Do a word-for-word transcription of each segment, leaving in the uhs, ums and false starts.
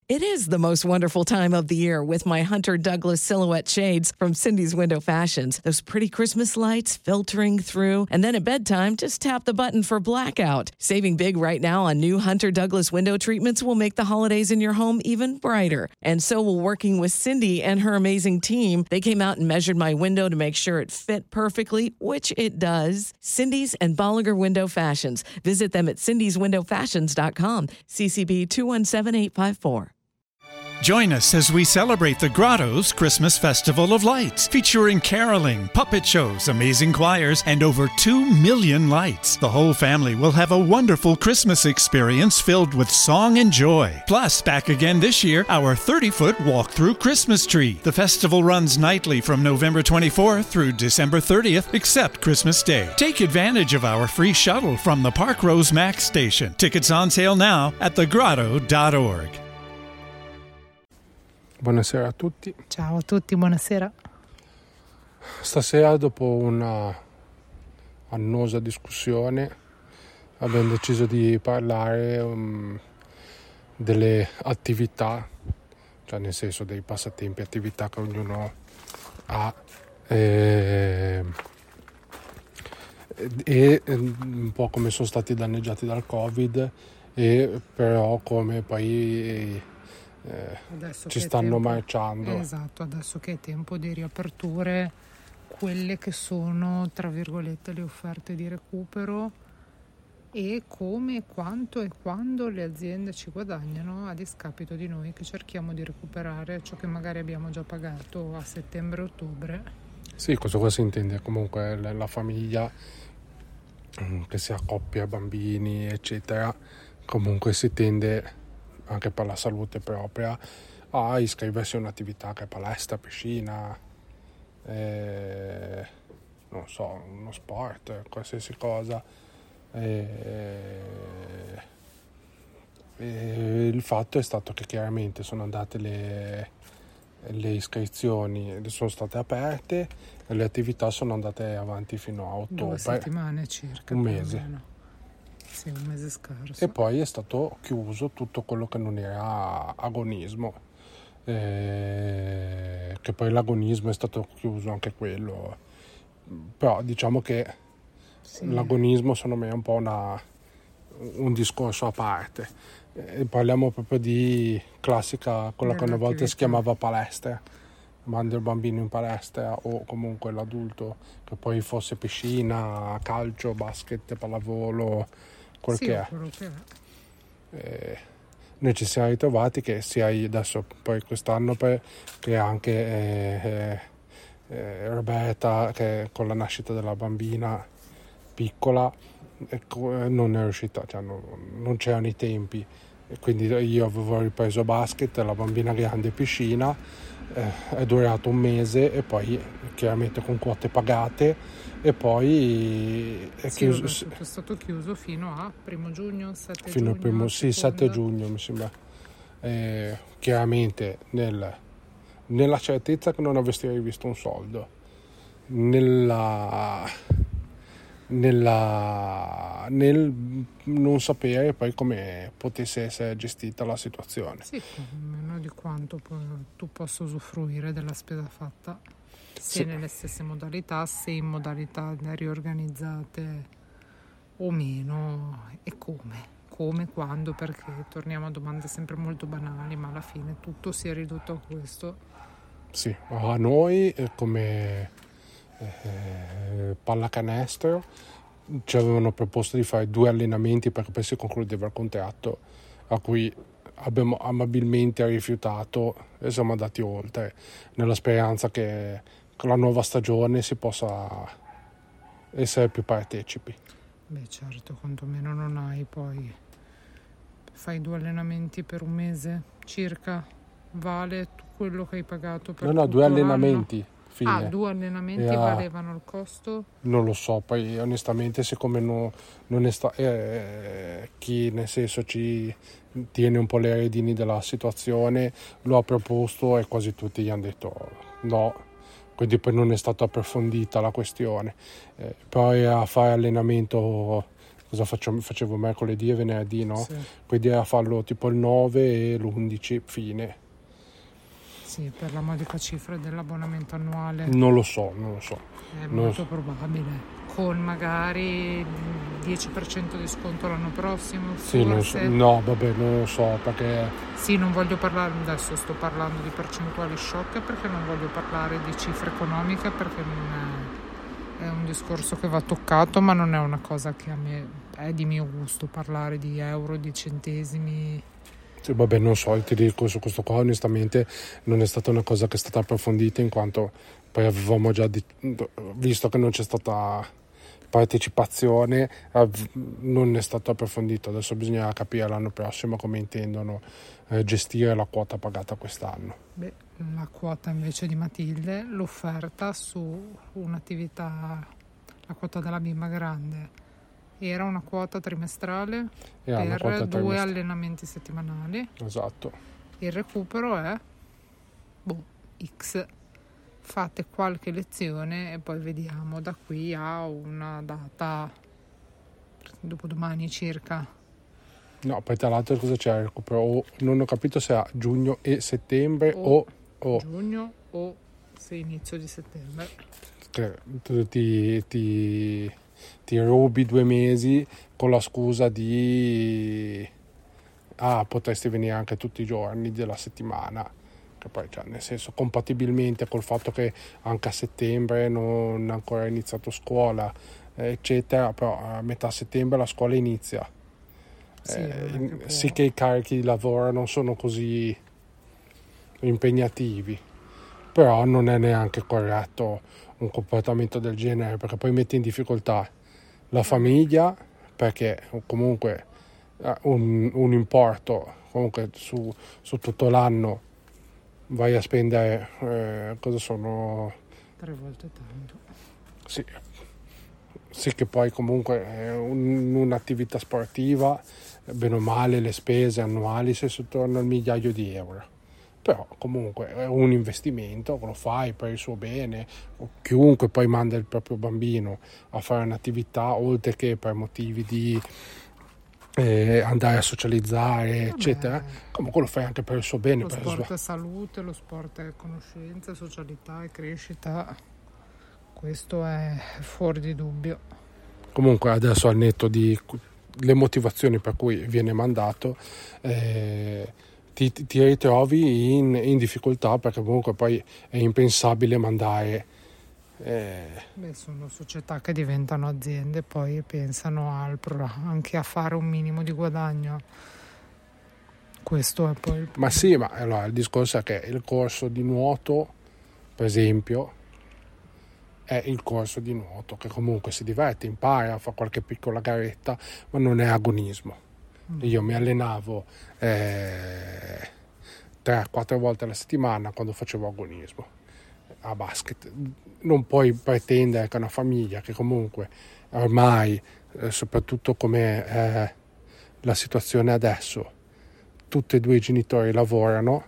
It is the most wonderful time of the year with my Hunter Douglas silhouette shades from Cindy's Window Fashions. Those pretty Christmas lights filtering through. And then at bedtime, just tap the button for blackout. Saving big right now on new Hunter Douglas window treatments will make the holidays in your home even brighter. And so will working with Cindy and her amazing team. They came out and measured my window to make sure it fit perfectly, which it does. Cindy's and Bolliger Window Fashions. Visit them at cindys window fashions dot com. C C B two one seven eight five four. Join us as we celebrate the Grotto's Christmas Festival of Lights, featuring caroling, puppet shows, amazing choirs, and over two million lights. The whole family will have a wonderful Christmas experience filled with song and joy. Plus, back again this year, our thirty-foot walk-through Christmas tree. The festival runs nightly from November twenty-fourth through December thirtieth, except Christmas Day. Take advantage of our free shuttle from the Park Rose Max station. Tickets on sale now at the grotto dot org. Buonasera a tutti. Ciao a tutti, buonasera. Stasera, dopo una annosa discussione, abbiamo deciso di parlare um, delle attività, cioè nel senso dei passatempi, attività che ognuno ha e, e un po' come sono stati danneggiati dal Covid, e però come poi Eh, ci stanno tempo, marciando. Esatto, adesso che è tempo di riaperture, quelle che sono tra virgolette le offerte di recupero e come, quanto e quando le aziende ci guadagnano a discapito di noi che cerchiamo di recuperare ciò che magari abbiamo già pagato a settembre-ottobre. Sì, cosa qua si intende? Comunque la famiglia, che sia coppia, bambini eccetera, comunque si tende anche per la salute propria a iscriversi a un'attività che è palestra, piscina, eh, non so, uno sport, qualsiasi cosa. Eh, eh, il fatto è stato che chiaramente sono andate le, le iscrizioni, sono state aperte e le attività sono andate avanti fino a ottobre. Due settimane circa. Un mese. Sì, un mese scarso. E poi è stato chiuso tutto quello che non era agonismo, eh, che poi l'agonismo è stato chiuso anche quello, però diciamo che sì, l'agonismo secondo me è un po' una, un discorso a parte. Eh, parliamo proprio di classica, quella che una volta si chiamava palestra, mandi il bambino in palestra o comunque l'adulto, che poi fosse piscina, calcio, basket, pallavolo, quel sì, che è. che è. Eh, noi ci siamo ritrovati che sia adesso poi quest'anno per, che anche eh, eh, Roberta, che con la nascita della bambina piccola eh, non è riuscita, cioè non, non c'erano i tempi, e quindi io avevo ripreso basket, la bambina grande piscina, eh, è durato un mese e poi chiaramente con quote pagate, e poi è, sì, chiuso, è stato chiuso fino a primo giugno, sette fino giugno, al primo, sì, sette giugno mi sembra, eh, chiaramente nel, nella certezza che non avresti rivisto un soldo, nella, nella nel non sapere poi come potesse essere gestita la situazione. Sì, meno di quanto tu possa usufruire della spesa fatta, se sì, nelle stesse modalità, se in modalità riorganizzate o meno, e come, come, quando, perché torniamo a domande sempre molto banali, ma alla fine tutto si è ridotto a questo. Sì, a noi come eh, pallacanestro ci avevano proposto di fare due allenamenti perché poi si concludeva il contratto, a cui abbiamo amabilmente rifiutato e siamo andati oltre, nella speranza che con la nuova stagione si possa essere più partecipi. Beh certo, quantomeno non hai poi, fai due allenamenti per un mese circa, vale quello che hai pagato per no no due allenamenti l'anno? Fine. Ah, due allenamenti yeah. valevano il costo? Non lo so, poi onestamente siccome no, non è sta- eh, chi nel senso ci tiene un po' le redini della situazione lo ha proposto e quasi tutti gli hanno detto no, quindi poi non è stata approfondita la questione. Eh, poi a fare allenamento cosa faccio, facevo mercoledì e venerdì, no? Sì. Quindi era farlo tipo il nove e l'undici, fine. Sì, per la modica cifra dell'abbonamento annuale. Non lo so, non lo so. È non molto lo so. probabile. Con magari dieci per cento di sconto l'anno prossimo, Sì, non so. forse. No, vabbè, non lo so, perché Sì, non voglio parlare, adesso sto parlando di percentuali sciocche perché non voglio parlare di cifre economiche, perché non è, è un discorso che va toccato, ma non è una cosa che a me è di mio gusto parlare di euro, di centesimi. sì, vabbè, non so, ti dico, su questo qua onestamente non è stata una cosa che è stata approfondita, in quanto poi avevamo già di- visto che non c'è stata partecipazione, av- non è stato approfondito. Adesso bisogna capire l'anno prossimo come intendono eh, gestire la quota pagata quest'anno. Beh, la quota invece di Matilde, l'offerta su un'attività, la quota della bimba grande, era una quota trimestrale Era una per quota due trimestrale. allenamenti settimanali. Esatto. Il recupero è boh, X. Fate qualche lezione e poi vediamo da qui a una data dopodomani circa. No, poi tra l'altro cosa c'è il recupero? O, non ho capito se a giugno e settembre O o, o giugno o se inizio di settembre. che tu ti, ti, ti rubi due mesi con la scusa di ah, potresti venire anche tutti i giorni della settimana, che poi, cioè, nel senso, compatibilmente col fatto che anche a settembre non è ancora iniziato scuola, eh, eccetera, però a metà settembre la scuola inizia. Sì, Eh, non è in- che può- sì che i carichi di lavoro non sono così impegnativi, però non è neanche corretto un comportamento del genere, perché poi metti in difficoltà la famiglia, perché comunque eh, un, un importo comunque su, su tutto l'anno vai a spendere eh, cosa sono tre volte tanto. sì, sì che poi comunque è un- un'attività sportiva, bene o male le spese annuali si attorno al migliaio di euro, però comunque è un investimento, lo fai per il suo bene, o chiunque poi manda il proprio bambino a fare un'attività oltre che per motivi di eh, andare a socializzare eccetera, comunque lo fai anche per il suo bene, Lo per il suo- sport è salute, lo sport è conoscenza, socialità e crescita. Questo è fuori di dubbio. Comunque adesso al netto di le motivazioni per cui viene mandato, eh, ti, ti ritrovi in, in difficoltà, perché comunque poi è impensabile mandare eh, Beh, sono società che diventano aziende, poi pensano al pro- anche a fare un minimo di guadagno. Questo è poi il ma sì, ma allora il discorso è che il corso di nuoto, per esempio, è il corso di nuoto che comunque si diverte, impara, fa qualche piccola garetta, ma non è agonismo. Io mi allenavo eh, tre quattro volte alla settimana quando facevo agonismo a basket. Non puoi pretendere che una famiglia che comunque ormai, eh, soprattutto come eh, la situazione adesso, tutti e due i genitori lavorano,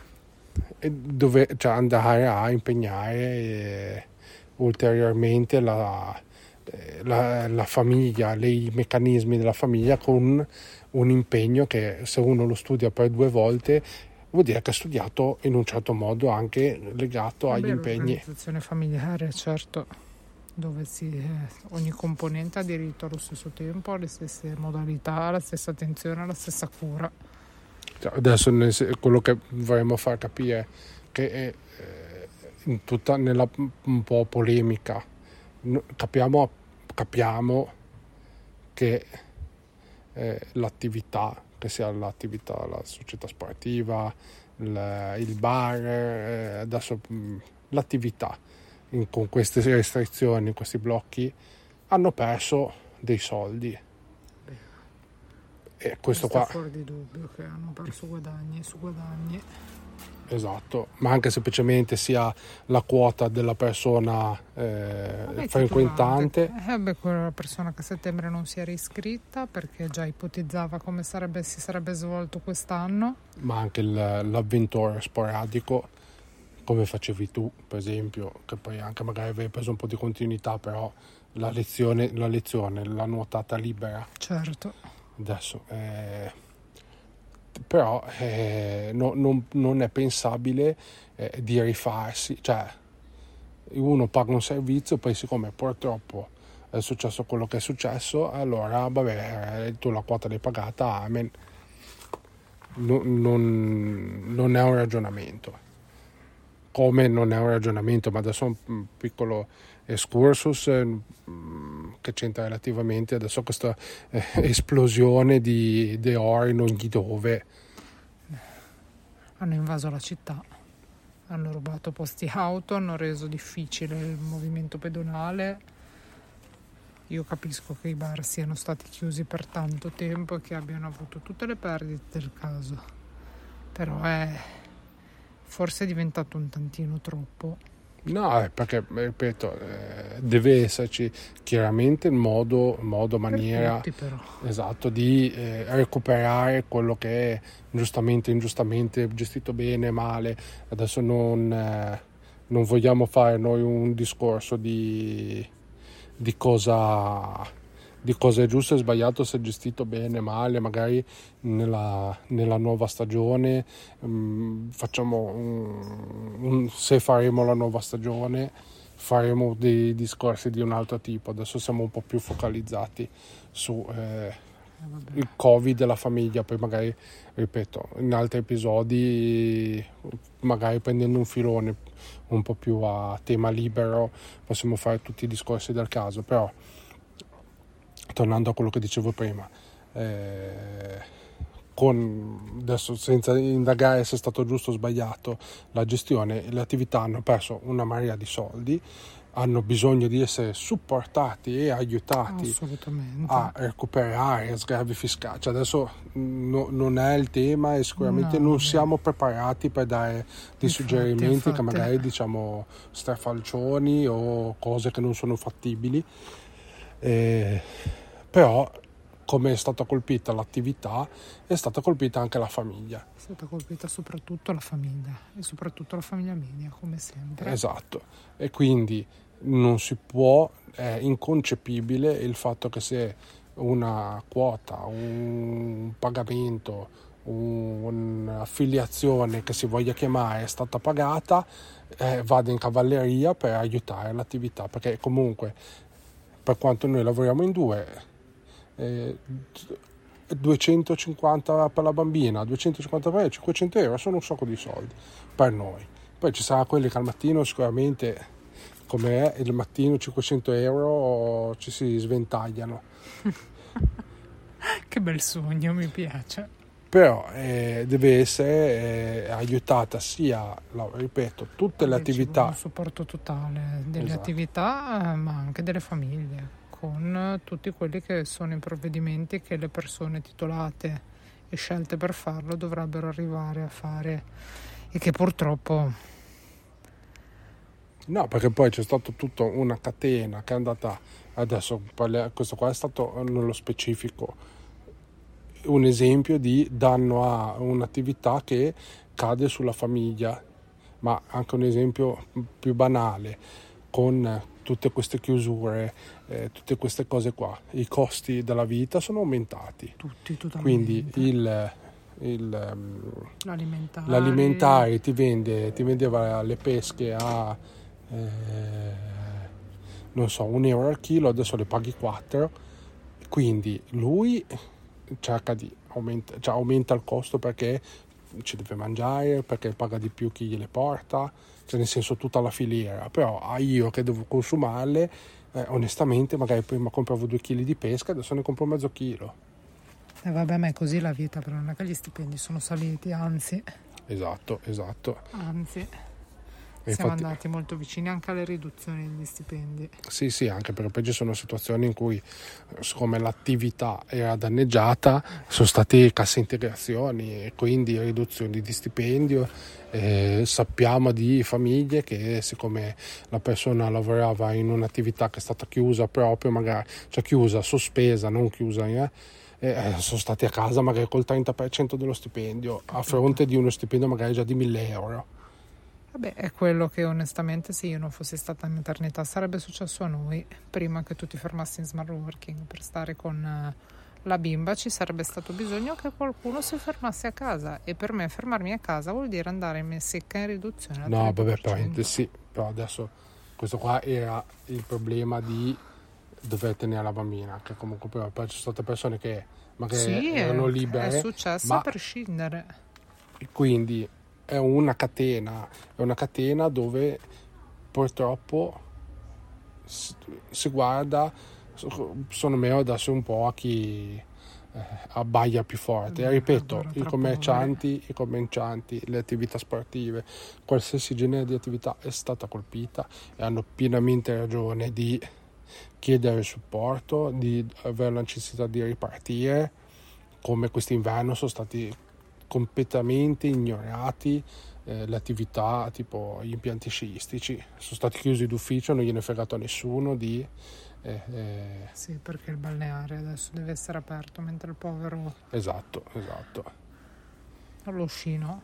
e dove, cioè, andare a impegnare eh, ulteriormente la, eh, la, la famiglia, le, i meccanismi della famiglia, con un impegno che, se uno lo studia per due volte, vuol dire che ha studiato in un certo modo anche legato agli Vabbè, impegni. l'organizzazione familiare, certo, dove si, eh, ogni componente ha diritto allo stesso tempo, alle stesse modalità, alla stessa attenzione, alla stessa cura. Cioè, adesso nel se- quello che vorremmo far capire che è, eh, in tutta nella un po' polemica, no- capiamo, capiamo che eh, l'attività, che sia l'attività, la società sportiva, il, il bar, eh, adesso mh, l'attività in- con queste restrizioni, questi blocchi, hanno perso dei soldi. E questo qua, è fuori di dubbio che hanno perso guadagni su guadagni. esatto, ma anche semplicemente sia la quota della persona eh, Vabbè, frequentante. titolante. Eh beh, quella persona che a settembre non si era iscritta perché già ipotizzava come sarebbe, si sarebbe svolto quest'anno. Ma anche il- l'avventore sporadico come facevi tu, per esempio, che poi anche magari avevi preso un po' di continuità, però la lezione, la lezione, la nuotata libera. Certo. Adesso, eh, però eh, no, non, non è pensabile eh, di rifarsi, cioè uno paga un servizio, poi siccome purtroppo è successo quello che è successo, allora vabbè, tu la quota l'hai pagata, amen. No, non, non è un ragionamento. Come non è un ragionamento, ma adesso un piccolo excursus eh, che c'entra relativamente adesso questa eh, esplosione di, di oro in ogni dove. Hanno invaso la città, hanno rubato posti auto, hanno reso difficile il movimento pedonale. Io capisco che i bar siano stati chiusi per tanto tempo e che abbiano avuto tutte le perdite del caso, però è forse è diventato un tantino troppo. No, perché, ripeto, eh, deve esserci chiaramente il modo, modo maniera tutti, però. Esatto, di eh, recuperare quello che è giustamente, ingiustamente gestito bene, male. Adesso non, eh, non vogliamo fare noi un discorso di, di cosa... di cosa è giusto e sbagliato, se è gestito bene, male, magari nella, nella nuova stagione um, facciamo un, un, se faremo la nuova stagione faremo dei discorsi di un altro tipo. Adesso siamo un po' più focalizzati su eh, il Covid e la famiglia, poi magari, ripeto, in altri episodi, magari prendendo un filone un po' più a tema libero, possiamo fare tutti i discorsi del caso. Però tornando a quello che dicevo prima, eh, con, adesso senza indagare se è stato giusto o sbagliato la gestione, le attività hanno perso una marea di soldi, hanno bisogno di essere supportati e aiutati a recuperare sgravi fiscali. Cioè adesso no, non è il tema e sicuramente no, non siamo preparati per dare dei infatti, suggerimenti infatti. Che magari diciamo strafalcioni o cose che non sono fattibili. Eh, però come è stata colpita l'attività è stata colpita anche la famiglia, è stata colpita soprattutto la famiglia e soprattutto la famiglia media, come sempre. Esatto, e quindi non si può, è inconcepibile il fatto che se una quota, un pagamento, un'affiliazione che si voglia chiamare è stata pagata, eh, vada in cavalleria per aiutare l'attività, perché comunque per quanto noi lavoriamo in due, eh, duecentocinquanta per la bambina, duecentocinquanta per lei, cinquecento euro sono un sacco di soldi per noi. Poi ci sarà quelli che al mattino sicuramente, come è il mattino, cinquecento euro ci si sventagliano. Che bel sogno, mi piace. Però eh, deve essere eh, aiutata sia, la, ripeto, tutte le attività. Un supporto totale delle esatto. attività, ma anche delle famiglie, con tutti quelli che sono i provvedimenti che le persone titolate e scelte per farlo dovrebbero arrivare a fare e che purtroppo... No, perché poi c'è stata tutta una catena che è andata, adesso questo qua è stato nello specifico un esempio di danno a un'attività che cade sulla famiglia, ma anche un esempio più banale, con tutte queste chiusure, eh, tutte queste cose qua, i costi della vita sono aumentati. Tutti, totalmente. Quindi il, il l'alimentare. l'alimentare ti vende, ti vendeva le pesche a eh, non so, un euro al chilo, adesso le paghi quattro, quindi lui cerca di aumenta, cioè aumenta il costo perché ci deve mangiare, perché paga di più chi gliele porta, cioè nel senso tutta la filiera. Però a io che devo consumarle, eh, onestamente magari prima compravo due chili di pesca, adesso ne compro mezzo chilo. E eh vabbè, ma è così la vita, però non è che gli stipendi sono saliti, anzi. Esatto, esatto. Anzi. E siamo infatti, andati molto vicini anche alle riduzioni degli stipendi. Sì, sì, anche perché poi ci sono situazioni in cui, siccome l'attività era danneggiata, sono state casse integrazioni e quindi riduzioni di stipendio. Eh, sappiamo di famiglie che, siccome la persona lavorava in un'attività che è stata chiusa proprio, magari, cioè chiusa, sospesa, non chiusa, eh, eh, sono stati a casa magari col trenta per cento dello stipendio, a fronte di uno stipendio magari già di mille euro. Vabbè, è quello che onestamente, se io non fossi stata in maternità, sarebbe successo a noi. Prima che tu ti fermassi in smart working per stare con la bimba, ci sarebbe stato bisogno che qualcuno si fermasse a casa, e per me fermarmi a casa vuol dire andare in secca in riduzione al No, trenta per cento. vabbè, per sì, però adesso questo qua era il problema di dover tenere la bambina, che comunque poi, poi ci sono state persone che magari Sì, erano è, libere, è successo ma a prescindere. quindi è una catena, è una catena dove purtroppo si, si guarda, sono meno adesso un po' a chi eh, abbaia più forte. Eh, Ripeto, allora, i tra commercianti, i commercianti, le attività sportive, qualsiasi genere di attività è stata colpita e hanno pienamente ragione di chiedere supporto, di avere la necessità di ripartire, come quest'inverno sono stati completamente ignorati eh, le attività tipo gli impianti sciistici, sono stati chiusi d'ufficio, non gliene è fregato a nessuno di eh, eh... Sì, perché il balneare adesso deve essere aperto, mentre il povero esatto, esatto allo sci, no?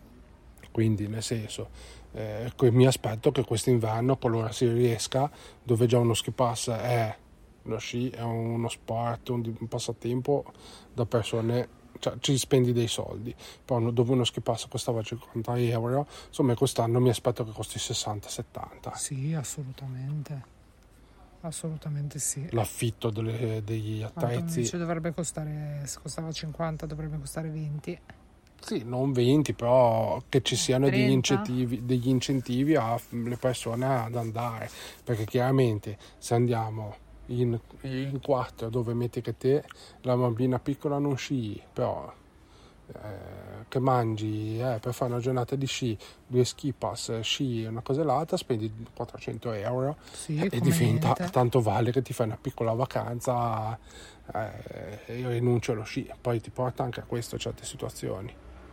Quindi nel senso eh, mi aspetto che quest'inverno, qualora si riesca, dove già uno ski pass è lo sci, è uno sport, un, un passatempo da persone, cioè ci spendi dei soldi, però dove uno ski pass costava cinquanta euro, insomma quest'anno mi aspetto che costi sessanta settanta. Sì, assolutamente assolutamente sì. L'affitto delle, degli attrezzi invece dovrebbe costare, se costava cinquanta dovrebbe costare venti. Sì, non venti, però che ci siano degli trenta incentivi, degli incentivi alle persone ad andare, perché chiaramente se andiamo in, in quattro dove metti che te la bambina piccola non sci, però eh, che mangi eh, per fare una giornata di sci, due ski pass, sci e una cosa e l'altra, spendi quattrocento euro Sì, e come diventa niente. tanto vale che ti fai una piccola vacanza eh, e io rinuncio allo sci, poi ti porta anche a questo certe situazioni.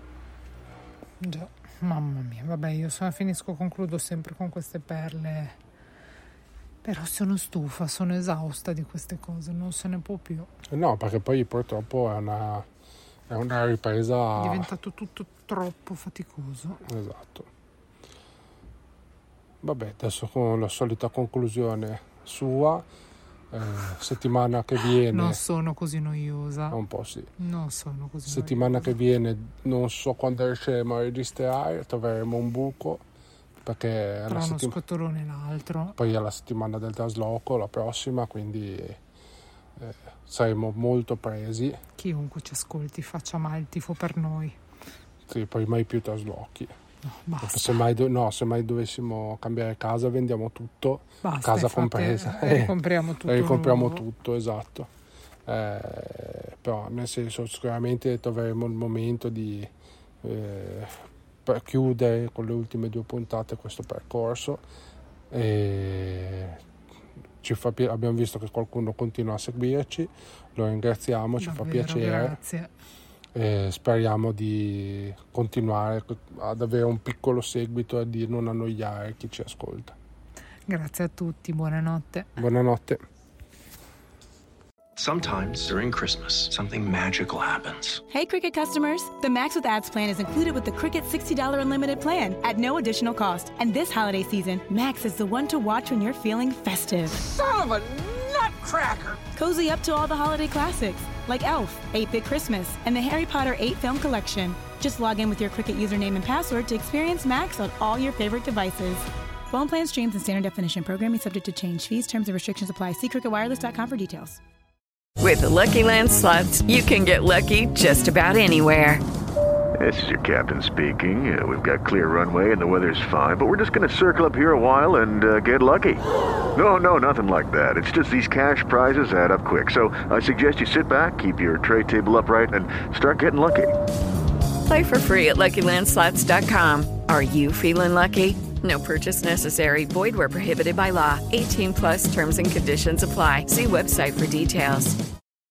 Già, mamma mia, vabbè, io sono, finisco, concludo sempre con queste perle, però sono stufa, sono esausta di queste cose, non se ne può più. No, perché poi purtroppo è una, è una ripresa... È diventato tutto troppo faticoso. Esatto. Vabbè, adesso con la solita conclusione sua, eh, settimana che viene... Non sono così noiosa. Un po' sì. Non sono così Settimana noiosa. che viene non so quando riusciremo a registrare, troveremo un buco, perché è Tra la uno settim- scotolone e l'altro. poi è la settimana del trasloco, la prossima, quindi eh, saremo molto presi. Chiunque ci ascolti faccia mai il tifo per noi. Sì, poi mai più traslochi. No, basta. Se mai, do- no, se mai dovessimo cambiare casa, vendiamo tutto, Basta, casa infatti, compresa. eh, ricompriamo tutto Ricompriamo nuovo. tutto, esatto. Eh, però nel senso sicuramente troveremo il momento di eh, per chiudere con le ultime due puntate questo percorso. E ci fa pi- abbiamo visto che qualcuno continua a seguirci, lo ringraziamo, ci Davvero, fa piacere. Grazie. E speriamo di continuare ad avere un piccolo seguito e di non annoiare chi ci ascolta. Grazie a tutti, buonanotte. Buonanotte. Sometimes during Christmas, something magical happens. Hey, Cricket customers. The Max with Ads plan is included with the Cricket sixty dollars Unlimited plan at no additional cost. And this holiday season, Max is the one to watch when you're feeling festive. Son of a nutcracker! Cozy up to all the holiday classics, like Elf, eight-Bit Christmas, and the Harry Potter eight film collection. Just log in with your Cricket username and password to experience Max on all your favorite devices. Phone plan streams and standard definition. Programming subject to change. Fees, terms, and restrictions apply. See cricket wireless dot com for details. With the Lucky Land Slots, you can get lucky just about anywhere. This is your captain speaking. Uh, we've got clear runway and the weather's fine, but we're just going to circle up here a while and uh, get lucky. No, no, nothing like that. It's just these cash prizes add up quick. So I suggest you sit back, keep your tray table upright, and start getting lucky. Play for free at Lucky Land Slots dot com. Are you feeling lucky? No purchase necessary. Void where prohibited by law. eighteen plus terms and conditions apply. See website for details.